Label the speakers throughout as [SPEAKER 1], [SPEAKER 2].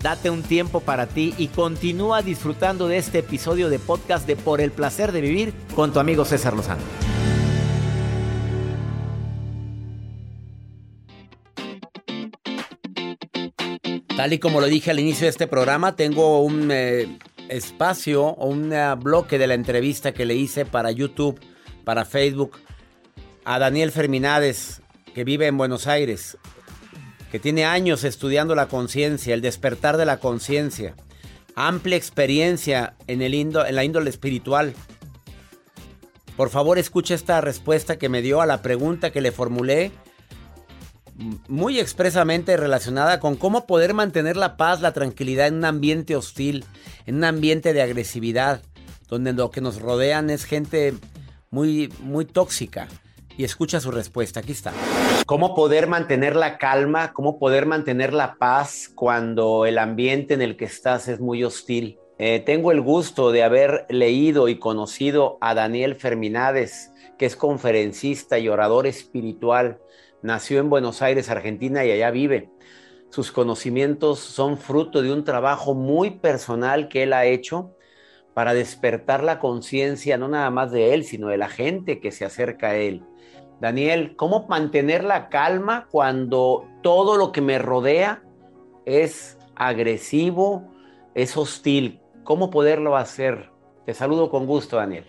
[SPEAKER 1] Date un tiempo para ti y continúa disfrutando de este episodio de podcast de Por el Placer de Vivir con tu amigo César Lozano. Tal y como lo dije al inicio de este programa, tengo un espacio o un bloque de la entrevista que le hice para YouTube, para Facebook, a Daniel Ferminades, que vive en Buenos Aires, que tiene años estudiando la conciencia, el despertar de la conciencia, amplia experiencia en la índole espiritual. Por favor, escuche esta respuesta que me dio a la pregunta que le formulé, muy expresamente relacionada con cómo poder mantener la paz, la tranquilidad en un ambiente hostil, en un ambiente de agresividad, donde lo que nos rodean es gente muy, muy tóxica. Y escucha su respuesta, aquí está. ¿Cómo poder mantener la calma? ¿Cómo poder mantener la paz cuando el ambiente en el que estás es muy hostil? Tengo el gusto de haber leído y conocido a Daniel Ferminades, que es conferencista y orador espiritual. Nació en Buenos Aires, Argentina, y allá vive. Sus conocimientos son fruto de un trabajo muy personal que él ha hecho para despertar la conciencia, no nada más de él, sino de la gente que se acerca a él. Daniel, ¿cómo mantener la calma cuando todo lo que me rodea es agresivo, es hostil? ¿Cómo poderlo hacer? Te saludo con gusto, Daniel.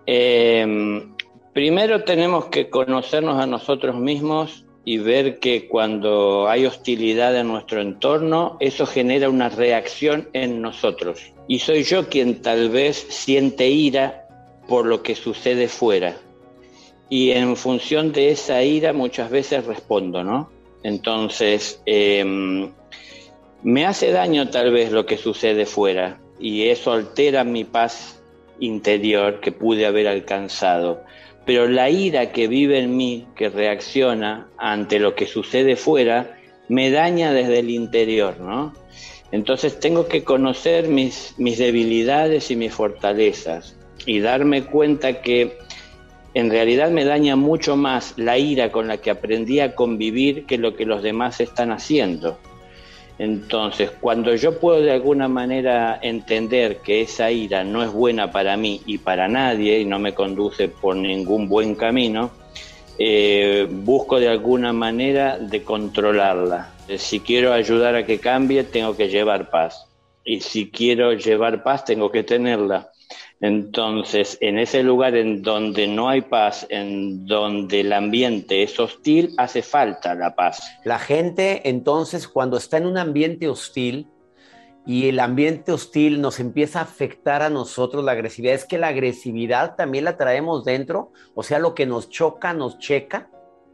[SPEAKER 2] Primero tenemos que conocernos a nosotros mismos y ver que cuando hay hostilidad en nuestro entorno, eso genera una reacción en nosotros. Y soy yo quien tal vez siente ira por lo que sucede fuera. Y en función de esa ira muchas veces respondo, ¿no? Entonces, me hace daño tal vez lo que sucede fuera y eso altera mi paz interior que pude haber alcanzado. Pero la ira que vive en mí, que reacciona ante lo que sucede fuera, me daña desde el interior, ¿no? Entonces tengo que conocer mis debilidades y mis fortalezas y darme cuenta que en realidad me daña mucho más la ira con la que aprendí a convivir que lo que los demás están haciendo. Entonces, cuando yo puedo de alguna manera entender que esa ira no es buena para mí y para nadie y no me conduce por ningún buen camino, busco de alguna manera de controlarla. Si quiero ayudar a que cambie, tengo que llevar paz. Y si quiero llevar paz, tengo que tenerla. Entonces, en ese lugar en donde no hay paz, en donde el ambiente es hostil, hace falta la paz.
[SPEAKER 1] La gente, entonces, cuando está en un ambiente hostil y el ambiente hostil nos empieza a afectar a nosotros, la agresividad, es que la agresividad también la traemos dentro, o sea, lo que nos choca, nos checa.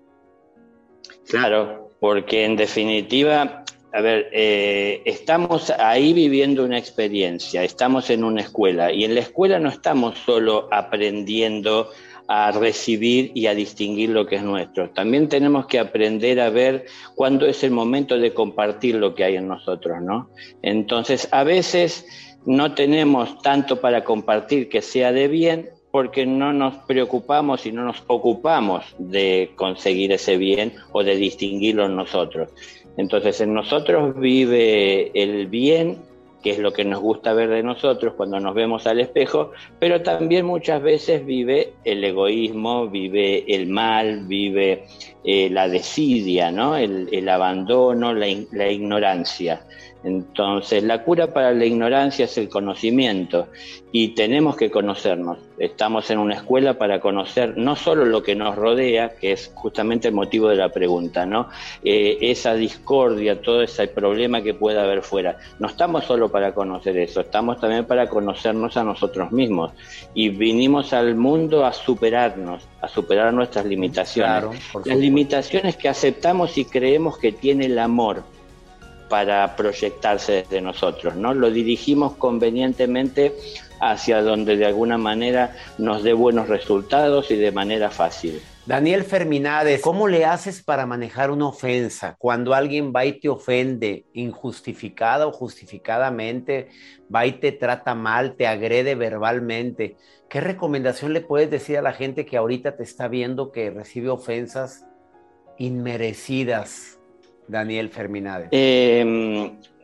[SPEAKER 2] Claro, porque en definitiva, a ver, estamos ahí viviendo una experiencia, estamos en una escuela y en la escuela no estamos solo aprendiendo a recibir y a distinguir lo que es nuestro. También tenemos que aprender a ver cuándo es el momento de compartir lo que hay en nosotros, ¿no? Entonces, a veces no tenemos tanto para compartir que sea de bien, porque no nos preocupamos y no nos ocupamos de conseguir ese bien o de distinguirlo en nosotros. Entonces, en nosotros vive el bien, que es lo que nos gusta ver de nosotros cuando nos vemos al espejo, pero también muchas veces vive el egoísmo, vive el mal, vive la desidia, ¿no? El abandono, la ignorancia. Entonces, la cura para la ignorancia es el conocimiento y tenemos que conocernos. Estamos en una escuela para conocer no solo lo que nos rodea, que es justamente el motivo de la pregunta, ¿no? Esa discordia, todo ese problema que pueda haber fuera. No estamos solo para conocer eso, estamos también para conocernos a nosotros mismos. Y vinimos al mundo a superarnos, a superar nuestras limitaciones.
[SPEAKER 1] Claro,
[SPEAKER 2] las limitaciones que aceptamos y creemos que tiene el amor para proyectarse desde nosotros, ¿no? Lo dirigimos convenientemente hacia donde de alguna manera nos dé buenos resultados y de manera fácil.
[SPEAKER 1] Daniel Ferminades, ¿cómo le haces para manejar una ofensa? Cuando alguien va y te ofende injustificada o justificadamente, va y te trata mal, te agrede verbalmente, ¿qué recomendación le puedes decir a la gente que ahorita te está viendo que recibe ofensas inmerecidas, Daniel Ferminades?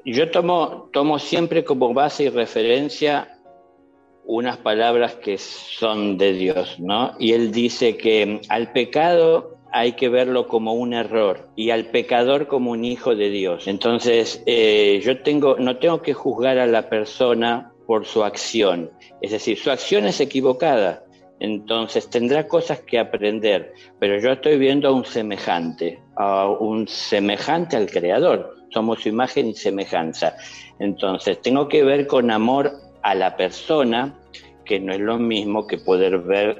[SPEAKER 2] yo tomo siempre como base y referencia unas palabras que son de Dios, ¿no? Y Él dice que al pecado hay que verlo como un error y al pecador como un hijo de Dios. Entonces, no tengo que juzgar a la persona por su acción. Es decir, su acción es equivocada. Entonces tendrá cosas que aprender, pero yo estoy viendo a un semejante al Creador. Somos su imagen y semejanza. Entonces tengo que ver con amor a la persona, que no es lo mismo que poder ver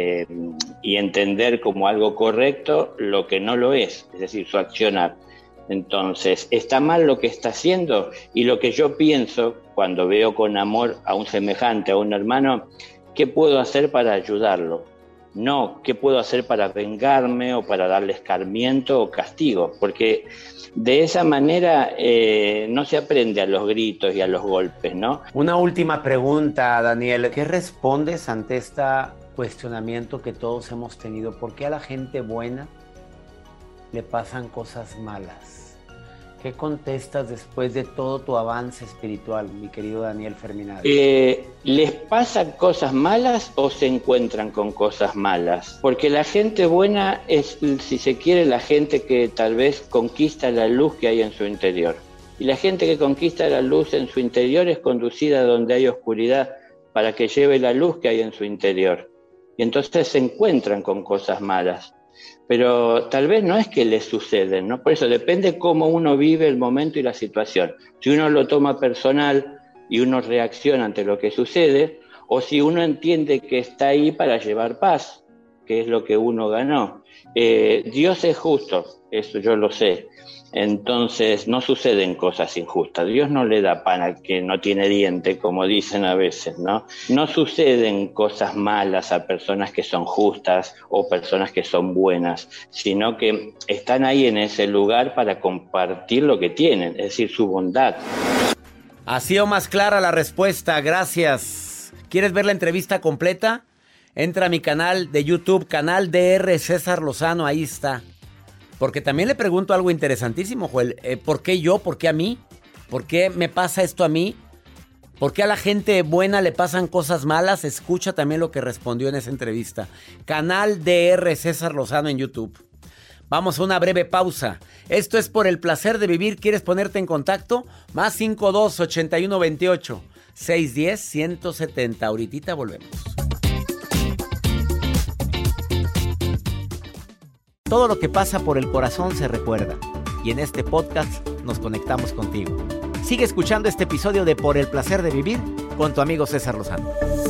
[SPEAKER 2] y entender como algo correcto lo que no lo es decir, su accionar. Entonces, está mal lo que está haciendo, y lo que yo pienso cuando veo con amor a un semejante, a un hermano, ¿qué puedo hacer para ayudarlo? No, ¿qué puedo hacer para vengarme o para darle escarmiento o castigo? Porque de esa manera no se aprende a los gritos y a los golpes, ¿no?
[SPEAKER 1] Una última pregunta, Daniel. ¿Qué respondes ante este cuestionamiento que todos hemos tenido? ¿Por qué a la gente buena le pasan cosas malas? ¿Qué contestas después de todo tu avance espiritual, mi querido Daniel Ferminado?
[SPEAKER 2] ¿Les pasan cosas malas o se encuentran con cosas malas? Porque la gente buena es, si se quiere, la gente que tal vez conquista la luz que hay en su interior. Y la gente que conquista la luz en su interior es conducida donde hay oscuridad para que lleve la luz que hay en su interior. Y entonces se encuentran con cosas malas. Pero tal vez no es que les suceden, ¿no? Por eso depende cómo uno vive el momento y la situación. Si uno lo toma personal y uno reacciona ante lo que sucede, o si uno entiende que está ahí para llevar paz, que es lo que uno ganó. Dios es justo, eso yo lo sé. Entonces no suceden cosas injustas. Dios no le da pan al que no tiene diente, como dicen a veces, ¿no? No suceden cosas malas a personas que son justas o personas que son buenas, sino que están ahí en ese lugar para compartir lo que tienen, es decir, su bondad.
[SPEAKER 1] Ha sido más clara la respuesta, gracias. ¿Quieres ver la entrevista completa? Entra a mi canal de YouTube, canal DR César Lozano, ahí está. Porque también le pregunto algo interesantísimo, Joel. ¿Por qué yo? ¿Por qué a mí? ¿Por qué me pasa esto a mí? ¿Por qué a la gente buena le pasan cosas malas? Escucha también lo que respondió en esa entrevista. Canal DR César Lozano en YouTube. Vamos a una breve pausa. Esto es Por el Placer de Vivir. ¿Quieres ponerte en contacto? Más 52-8128-610-170. Ahorita volvemos. Todo lo que pasa por el corazón se recuerda, y en este podcast nos conectamos contigo. Sigue escuchando este episodio de Por el Placer de Vivir con tu amigo César Lozano.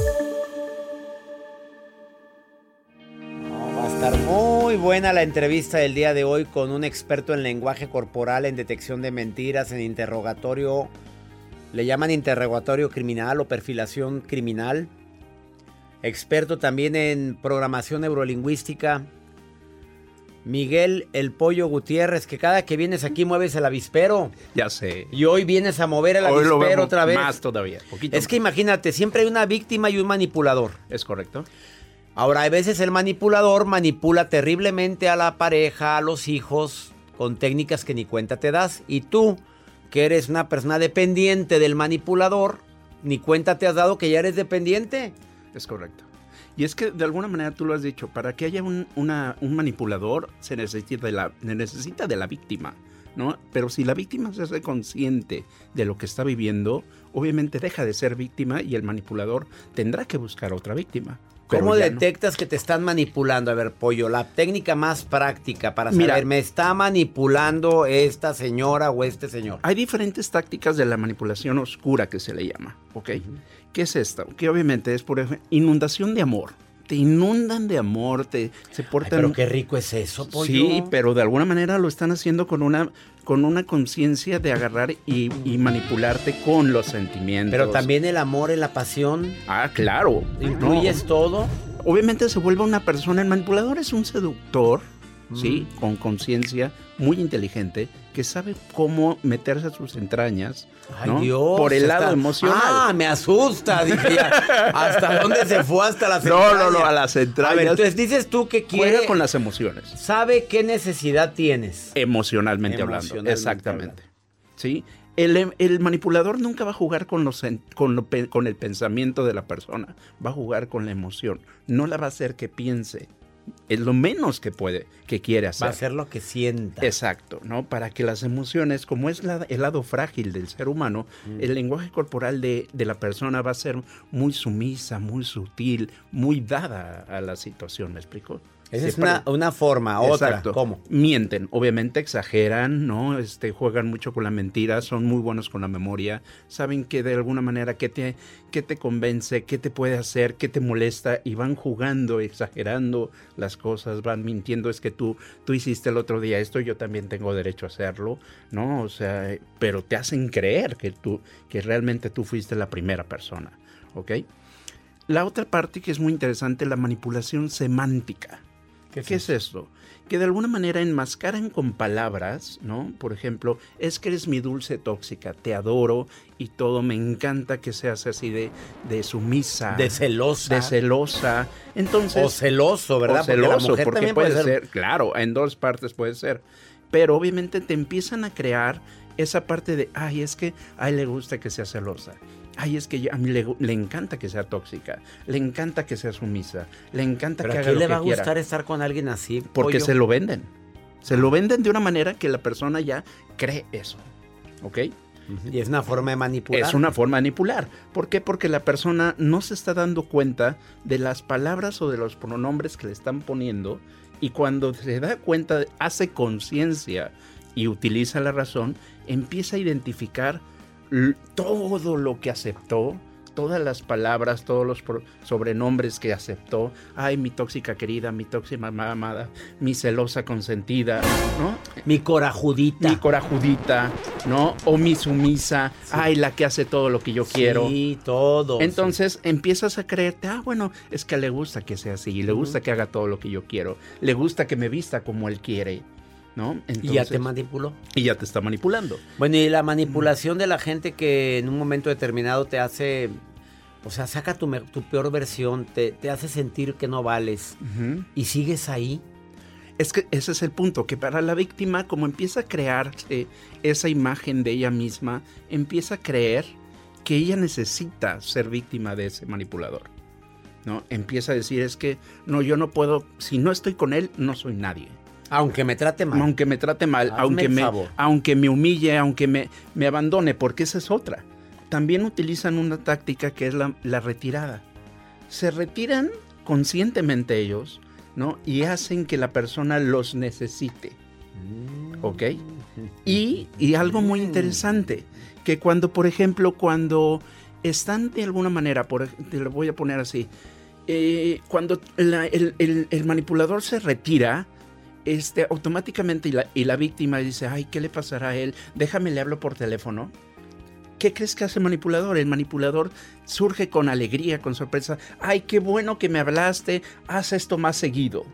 [SPEAKER 1] Va a estar muy buena la entrevista del día de hoy con un experto en lenguaje corporal, en detección de mentiras, en interrogatorio, le llaman interrogatorio criminal o perfilación criminal. Experto también en programación neurolingüística. Miguel El Pollo Gutiérrez, que cada que vienes aquí mueves el avispero.
[SPEAKER 3] Ya sé.
[SPEAKER 1] Y hoy vienes a mover el avispero otra vez.
[SPEAKER 3] Más todavía.
[SPEAKER 1] Es que imagínate, siempre hay una víctima y un manipulador.
[SPEAKER 3] Es correcto.
[SPEAKER 1] Ahora, a veces el manipulador manipula terriblemente a la pareja, a los hijos, con técnicas que ni cuenta te das. Y tú, que eres una persona dependiente del manipulador, ni cuenta te has dado que ya eres dependiente.
[SPEAKER 3] Es correcto. Y es que de alguna manera tú lo has dicho, para que haya un manipulador se necesita de la víctima, ¿no? Pero si la víctima se hace consciente de lo que está viviendo, obviamente deja de ser víctima y el manipulador tendrá que buscar otra víctima.
[SPEAKER 1] ¿Cómo detectas que te están manipulando? A ver, Pollo, la técnica más práctica para saber, ¿me está manipulando esta señora o este señor?
[SPEAKER 3] Hay diferentes tácticas de la manipulación oscura que se le llama, ¿ok? ¿Qué es esto? Que obviamente es, por ejemplo, inundación de amor. Te inundan de amor, se portan...
[SPEAKER 1] Ay, pero qué rico es eso, Pollo.
[SPEAKER 3] Sí, pero de alguna manera lo están haciendo con una conciencia de agarrar y manipularte con los sentimientos.
[SPEAKER 1] Pero también el amor y la pasión.
[SPEAKER 3] Ah, claro.
[SPEAKER 1] ¿Incluyes todo?
[SPEAKER 3] Obviamente se vuelve una persona, el manipulador es un seductor, ¿sí? Con conciencia, muy inteligente, que sabe cómo meterse a sus entrañas, ¿no?
[SPEAKER 1] Ay, Dios,
[SPEAKER 3] por el lado emocional.
[SPEAKER 1] Ah, me asusta, dije ya. ¿Hasta dónde se fue? Hasta las entrañas.
[SPEAKER 3] No, a las entrañas.
[SPEAKER 1] A ver, entonces dices tú que quiere...
[SPEAKER 3] Juega con las emociones.
[SPEAKER 1] ¿Sabe qué necesidad tienes?
[SPEAKER 3] Emocionalmente hablando, exactamente. ¿Sí? El manipulador nunca va a jugar con el pensamiento de la persona, va a jugar con la emoción, no la va a hacer que piense. Es lo menos que quiere hacer.
[SPEAKER 1] Va a hacer lo que sienta.
[SPEAKER 3] Exacto, ¿no? Para que las emociones, como es el lado frágil del ser humano, el lenguaje corporal de la persona va a ser muy sumisa, muy sutil, muy dada a la situación, ¿me explico?
[SPEAKER 1] Esa es una forma, otra.
[SPEAKER 3] Exacto.
[SPEAKER 1] ¿Cómo?
[SPEAKER 3] Mienten, obviamente exageran, ¿no? Juegan mucho con la mentira, son muy buenos con la memoria, saben que de alguna manera qué te convence, qué te puede hacer, qué te molesta, y van jugando, exagerando las cosas, van mintiendo. Es que tú hiciste el otro día esto, yo también tengo derecho a hacerlo, ¿no? O sea, pero te hacen creer que realmente tú fuiste la primera persona, ¿ok? La otra parte que es muy interesante, la manipulación semántica. ¿Qué es esto? Que de alguna manera enmascaran con palabras, ¿no? Por ejemplo, es que eres mi dulce tóxica, te adoro y todo, me encanta que seas así de sumisa.
[SPEAKER 1] De celosa.
[SPEAKER 3] De celosa. Entonces,
[SPEAKER 1] o celoso, ¿verdad?
[SPEAKER 3] O celoso,
[SPEAKER 1] porque la mujer
[SPEAKER 3] porque
[SPEAKER 1] también
[SPEAKER 3] puede ser, claro, en dos partes puede ser. Pero obviamente te empiezan a crear esa parte de, ay, es que a él le gusta que sea celosa. Ay, es que a mí le encanta que sea tóxica, le encanta que sea sumisa, le encanta que haga lo que quiera.
[SPEAKER 1] ¿Pero a quién le va a gustar estar con alguien así?
[SPEAKER 3] Porque se lo venden. Se lo venden de una manera que la persona ya cree eso, ¿ok?
[SPEAKER 1] Y es una forma de manipular.
[SPEAKER 3] Es una forma de manipular. ¿Por qué? Porque la persona no se está dando cuenta de las palabras o de los pronombres que le están poniendo, y cuando se da cuenta, hace conciencia y utiliza la razón, empieza a identificar todo lo que aceptó, todas las palabras, todos los sobrenombres que aceptó. Ay, mi tóxica querida, mi tóxica amada, mi celosa consentida, ¿no?
[SPEAKER 1] Mi corajudita.
[SPEAKER 3] Mi corajudita, ¿no? O mi sumisa, sí. Ay, la que hace todo lo que yo quiero.
[SPEAKER 1] Sí, todo.
[SPEAKER 3] Entonces empiezas a creerte, bueno, es que le gusta que sea así, le gusta que haga todo lo que yo quiero, le gusta que me vista como él quiere, ¿no? Entonces,
[SPEAKER 1] y ya te manipuló.
[SPEAKER 3] Y ya te está manipulando.
[SPEAKER 1] Bueno, y la manipulación de la gente que en un momento determinado te hace, o sea, saca tu peor versión, te hace sentir que no vales, y sigues ahí.
[SPEAKER 3] Es que ese es el punto, que para la víctima, como empieza a crearse esa imagen de ella misma, empieza a creer que ella necesita ser víctima de ese manipulador, ¿no? Empieza a decir, es que no, yo no puedo, si no estoy con él, no soy nadie.
[SPEAKER 1] Aunque me trate mal.
[SPEAKER 3] Aunque me trate mal, aunque me humille, aunque me abandone, porque esa es otra. También utilizan una táctica que es la retirada. Se retiran conscientemente ellos, ¿no? Y hacen que la persona los necesite. ¿Ok? Y algo muy interesante, que cuando, por ejemplo, cuando están de alguna manera, te lo voy a poner así, cuando el manipulador se retira, automáticamente y la víctima dice, ay, ¿qué le pasará a él? Déjame, le hablo por teléfono. ¿Qué crees que hace el manipulador? El manipulador surge con alegría, con sorpresa. Ay, qué bueno que me hablaste, haz esto más seguido.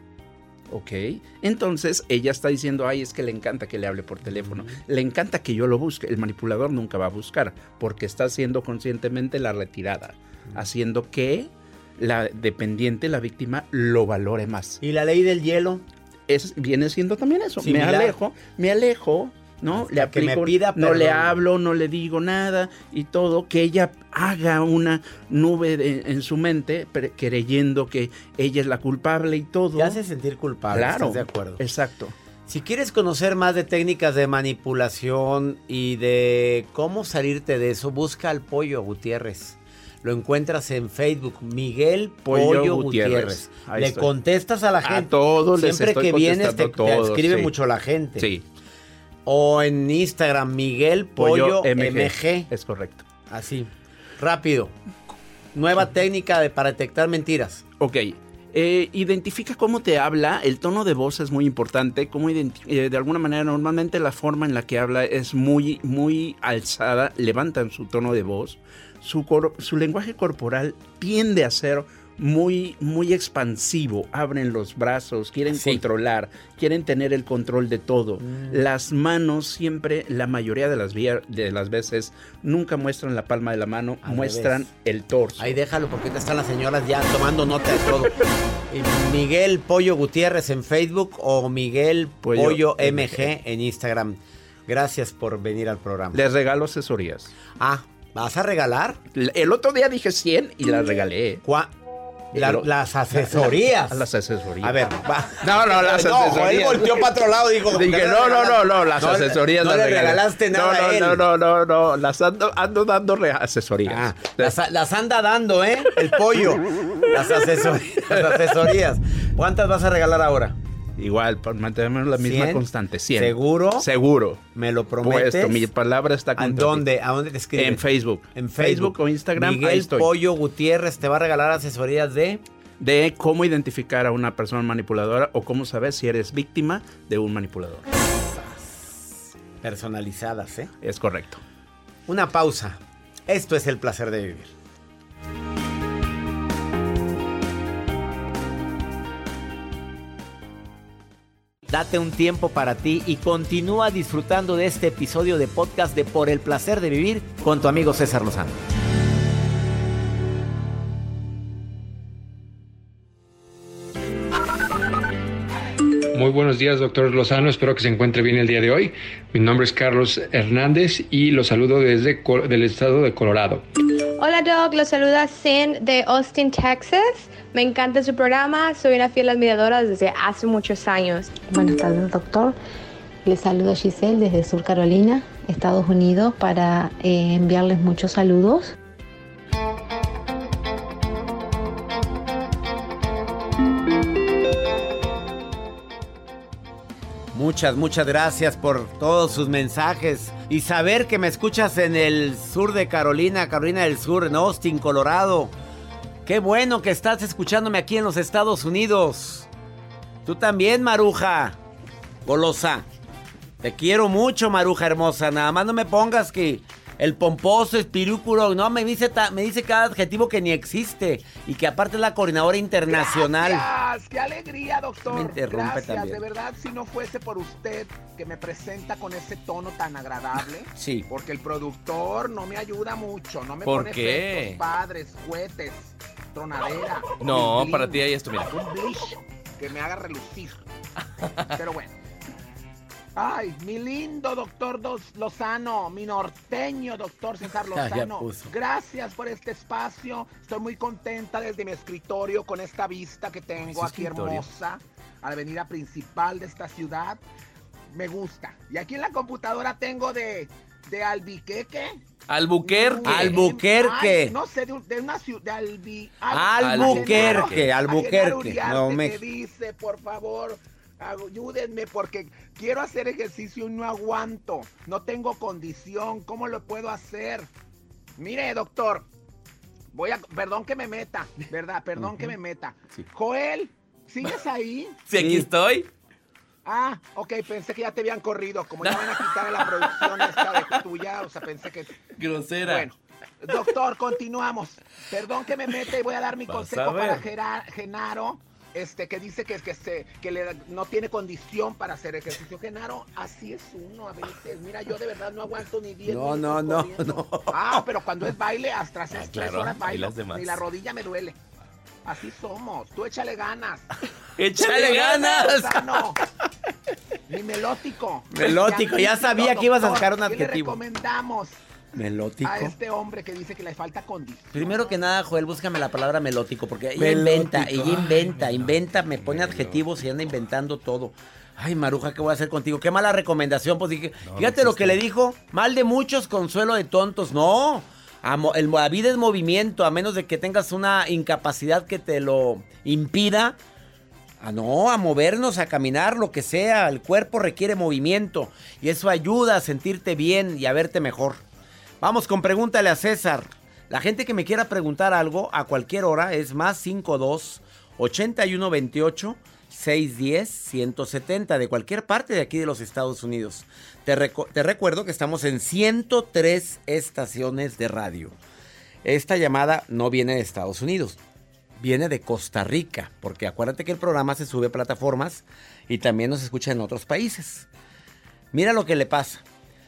[SPEAKER 3] ¿Ok? Entonces ella está diciendo, ay, es que le encanta que le hable por teléfono, le encanta que yo lo busque. El manipulador nunca va a buscar, porque está haciendo conscientemente la retirada, haciendo que la dependiente, la víctima, lo valore más.
[SPEAKER 1] ¿Y la ley del hielo?
[SPEAKER 3] Viene siendo también eso.
[SPEAKER 1] Similar.
[SPEAKER 3] Me alejo, ¿no?
[SPEAKER 1] Hasta
[SPEAKER 3] le aplico,
[SPEAKER 1] que me pida
[SPEAKER 3] no
[SPEAKER 1] perdón.
[SPEAKER 3] le hablo, no le digo nada y todo, que ella haga una nube en su mente creyendo que ella es la culpable y todo.
[SPEAKER 1] Te hace sentir culpable,
[SPEAKER 3] claro,
[SPEAKER 1] ¿estás de acuerdo?
[SPEAKER 3] Exacto.
[SPEAKER 1] Si quieres conocer más de técnicas de manipulación y de cómo salirte de eso, busca al Pollo Gutiérrez. Lo encuentras en Facebook, Miguel Pollo Gutiérrez. Le
[SPEAKER 3] estoy.
[SPEAKER 1] Contestas a la gente.
[SPEAKER 3] A todos les
[SPEAKER 1] siempre
[SPEAKER 3] estoy
[SPEAKER 1] que vienes te escribe
[SPEAKER 3] sí.
[SPEAKER 1] mucho la gente.
[SPEAKER 3] Sí.
[SPEAKER 1] O en Instagram, Miguel Pollo MG.
[SPEAKER 3] Es correcto.
[SPEAKER 1] Así, rápido. Nueva técnica para detectar mentiras.
[SPEAKER 3] Ok. Identifica cómo te habla. El tono de voz es muy importante. De alguna manera, normalmente la forma en la que habla es muy, muy alzada. Levantan su tono de voz. Su lenguaje corporal tiende a ser muy, muy expansivo. Abren los brazos, quieren controlar, quieren tener el control de todo. Las manos siempre, la mayoría de las veces, nunca muestran la palma de la mano, muestran el torso.
[SPEAKER 1] Ahí déjalo, porque ahorita están las señoras ya tomando nota de todo. Miguel Pollo Gutiérrez en Facebook o Miguel Pollo MG en Instagram. Gracias por venir al programa.
[SPEAKER 3] Les regalo asesorías.
[SPEAKER 1] Ah, ¿vas a regalar?
[SPEAKER 3] El otro día dije 100 y las regalé.
[SPEAKER 1] Las asesorías.
[SPEAKER 3] Las asesorías.
[SPEAKER 1] A ver, va.
[SPEAKER 3] No, las asesorías.
[SPEAKER 1] Él volteó para otro lado y dijo...
[SPEAKER 3] Dije, no, las asesorías
[SPEAKER 1] no
[SPEAKER 3] las
[SPEAKER 1] le
[SPEAKER 3] regalé.
[SPEAKER 1] regalaste nada a él.
[SPEAKER 3] No, las ando dando asesorías.
[SPEAKER 1] Las anda dando, ¿eh? El pollo. Las asesorías. ¿Cuántas vas a regalar ahora?
[SPEAKER 3] Igual, por mantener la misma
[SPEAKER 1] 100.
[SPEAKER 3] constante. 100.
[SPEAKER 1] ¿Seguro?
[SPEAKER 3] Seguro.
[SPEAKER 1] ¿Me lo prometes?
[SPEAKER 3] Puesto, mi palabra está contra ti.
[SPEAKER 1] ¿A dónde te escribes?
[SPEAKER 3] En Facebook.
[SPEAKER 1] En Facebook
[SPEAKER 3] o Instagram,
[SPEAKER 1] Miguel
[SPEAKER 3] ahí estoy.
[SPEAKER 1] Pollo Gutiérrez te va a regalar asesorías
[SPEAKER 3] de cómo identificar a una persona manipuladora o cómo saber si eres víctima de un manipulador.
[SPEAKER 1] Personalizadas, ¿eh?
[SPEAKER 3] Es correcto.
[SPEAKER 1] Una pausa. Esto es El Placer de Vivir. Date un tiempo para ti y continúa disfrutando de este episodio de podcast de Por el Placer de Vivir con tu amigo César Lozano.
[SPEAKER 4] Muy buenos días, doctor Lozano. Espero que se encuentre bien el día de hoy. Mi nombre es Carlos Hernández y los saludo desde el estado de Colorado.
[SPEAKER 5] Hola, Doc. Los saluda Sin de Austin, Texas. Me encanta su programa. Soy una fiel admiradora desde hace muchos años.
[SPEAKER 6] Buenas tardes, doctor. Les saluda Giselle desde Sur Carolina, Estados Unidos, para enviarles muchos saludos.
[SPEAKER 1] Muchas gracias por todos sus mensajes y saber que me escuchas en el sur de Carolina del Sur, en Austin, Colorado. Qué bueno que estás escuchándome aquí en los Estados Unidos. Tú también, Maruja golosa. Te quiero mucho, Maruja hermosa. Nada más no me pongas que el pomposo, espirúculo, no, me dice cada adjetivo que ni existe y que aparte es la coordinadora internacional.
[SPEAKER 7] Gracias, qué alegría, doctor.
[SPEAKER 1] Me interrumpe
[SPEAKER 7] Gracias,
[SPEAKER 1] también.
[SPEAKER 7] De verdad, si no fuese por usted que me presenta con ese tono tan agradable,
[SPEAKER 1] Sí.
[SPEAKER 7] porque el productor no me ayuda mucho, no me
[SPEAKER 8] ¿Por
[SPEAKER 7] pone
[SPEAKER 8] qué?
[SPEAKER 7] efectos padres, cohetes, tronadera.
[SPEAKER 8] No,
[SPEAKER 7] un bling,
[SPEAKER 8] para ti hay esto, mira.
[SPEAKER 7] un bleach que me haga relucir. Pero bueno. Ay, mi lindo doctor Lozano, mi norteño doctor César
[SPEAKER 1] Ya
[SPEAKER 7] Lozano.
[SPEAKER 1] puso.
[SPEAKER 7] Gracias por este espacio. Estoy muy contenta desde mi escritorio con esta vista que tengo
[SPEAKER 8] ¿Su
[SPEAKER 7] aquí
[SPEAKER 8] escritorio?
[SPEAKER 7] hermosa a la avenida principal de esta ciudad. Me gusta. Y aquí en la computadora tengo de Albuquerque.
[SPEAKER 8] Albuquerque.
[SPEAKER 1] Albuquerque.
[SPEAKER 7] Ay, no sé, de una ciudad de
[SPEAKER 1] Albuquerque.
[SPEAKER 7] No
[SPEAKER 1] No,
[SPEAKER 7] me dice, por favor, ayúdenme porque quiero hacer ejercicio y no aguanto. No tengo condición. ¿Cómo lo puedo hacer? Mire, doctor, perdón que me meta, ¿verdad? Perdón que me meta.
[SPEAKER 1] Sí.
[SPEAKER 7] Joel, ¿sigues ahí?
[SPEAKER 8] Sí, aquí estoy.
[SPEAKER 7] Ah, ok, pensé que ya te habían corrido. Como ya van a quitar a la producción esta de tuya, o sea, pensé que...
[SPEAKER 8] Grosera.
[SPEAKER 7] Bueno, doctor, continuamos. Perdón que me meta y voy a dar mi
[SPEAKER 8] Vas
[SPEAKER 7] consejo
[SPEAKER 8] a ver.
[SPEAKER 7] para Genaro, que dice que no tiene condición para hacer ejercicio. Genaro, así es uno a veces. Mira, yo de verdad no aguanto ni 10
[SPEAKER 1] No,
[SPEAKER 7] minutos
[SPEAKER 1] no,
[SPEAKER 7] corriendo.
[SPEAKER 1] no.
[SPEAKER 7] Ah, pero cuando es baile, hasta hace 3
[SPEAKER 8] claro,
[SPEAKER 7] horas
[SPEAKER 8] y
[SPEAKER 7] bailo.
[SPEAKER 8] las demás.
[SPEAKER 7] Ni la rodilla me duele. Así somos. Tú échale ganas.
[SPEAKER 8] ¡Échale ganas!
[SPEAKER 7] Lozano. Mi melótico.
[SPEAKER 1] Melótico, ya sabía que ibas a sacar un
[SPEAKER 7] ¿Qué le
[SPEAKER 1] adjetivo.
[SPEAKER 7] recomendamos
[SPEAKER 1] Melótico.
[SPEAKER 7] a este hombre que dice que le falta condición?
[SPEAKER 1] Primero que nada, Joel, búscame la palabra melótico, porque ella
[SPEAKER 8] Melótico.
[SPEAKER 1] inventa, me pone adjetivos y anda inventando todo. Ay, Maruja, ¿qué voy a hacer contigo? Qué mala recomendación, pues dije, fíjate lo que le dijo, mal de muchos, consuelo de tontos. No, la vida es movimiento, a menos de que tengas una incapacidad que te lo impida. A movernos, a caminar, lo que sea. El cuerpo requiere movimiento y eso ayuda a sentirte bien y a verte mejor. Vamos con Pregúntale a César. La gente que me quiera preguntar algo a cualquier hora es más 52 81 28 610 170 de cualquier parte de aquí de los Estados Unidos. Te recuerdo que estamos en 103 estaciones de radio. Esta llamada no viene de Estados Unidos. Viene de Costa Rica, porque acuérdate que el programa se sube a plataformas y también nos escucha en otros países. Mira lo que le pasa.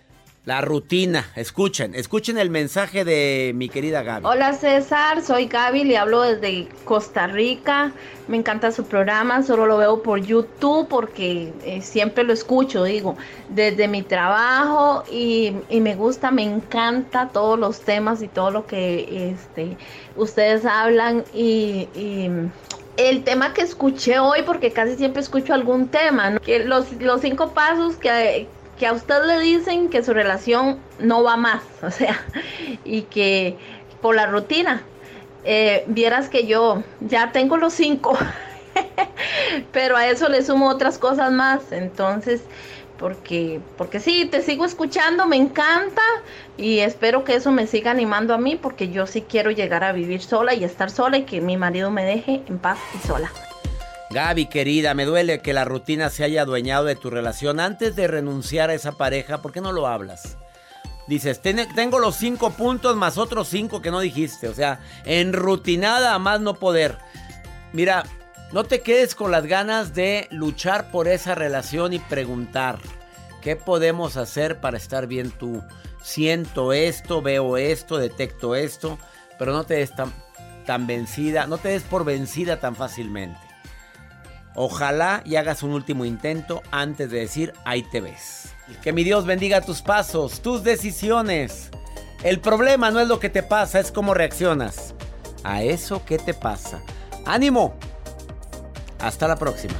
[SPEAKER 1] La rutina. Escuchen el mensaje de mi querida Gaby.
[SPEAKER 9] Hola César, soy Gaby, le hablo desde Costa Rica. Me encanta su programa, solo lo veo por YouTube porque siempre lo escucho, desde mi trabajo y me gusta, me encanta todos los temas y todo lo que ustedes hablan y el tema que escuché hoy, porque casi siempre escucho algún tema, ¿no? Que los 5 pasos que a usted le dicen que su relación no va más, o sea, y que por la rutina, vieras que yo ya tengo los 5, pero a eso le sumo otras cosas más, entonces, porque sí, te sigo escuchando, me encanta, y espero que eso me siga animando a mí, porque yo sí quiero llegar a vivir sola y estar sola, y que mi marido me deje en paz y sola.
[SPEAKER 1] Gaby, querida, me duele que la rutina se haya adueñado de tu relación. Antes de renunciar a esa pareja, ¿por qué no lo hablas? Dices, tengo los 5 puntos más otros 5 que no dijiste. O sea, enrutinada a más no poder. Mira, no te quedes con las ganas de luchar por esa relación y preguntar, ¿qué podemos hacer para estar bien tú? Siento esto, veo esto, detecto esto, pero no te des tan vencida, no te des por vencida tan fácilmente. Ojalá y hagas un último intento antes de decir, ahí te ves. Que mi Dios bendiga tus pasos, tus decisiones. El problema no es lo que te pasa, es cómo reaccionas a eso que te pasa. ¡Ánimo! Hasta la próxima.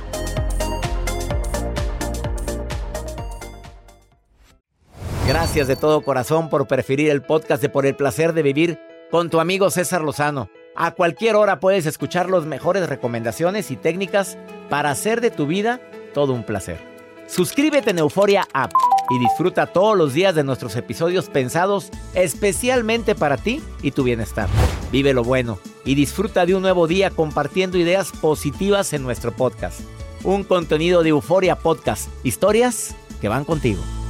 [SPEAKER 1] Gracias de todo corazón por preferir el podcast de Por el Placer de Vivir con tu amigo César Lozano. A cualquier hora puedes escuchar las mejores recomendaciones y técnicas para hacer de tu vida todo un placer. Suscríbete en Euforia App y disfruta todos los días de nuestros episodios pensados especialmente para ti y tu bienestar. Vive lo bueno y disfruta de un nuevo día compartiendo ideas positivas en nuestro podcast. Un contenido de Euforia Podcast. Historias que van contigo.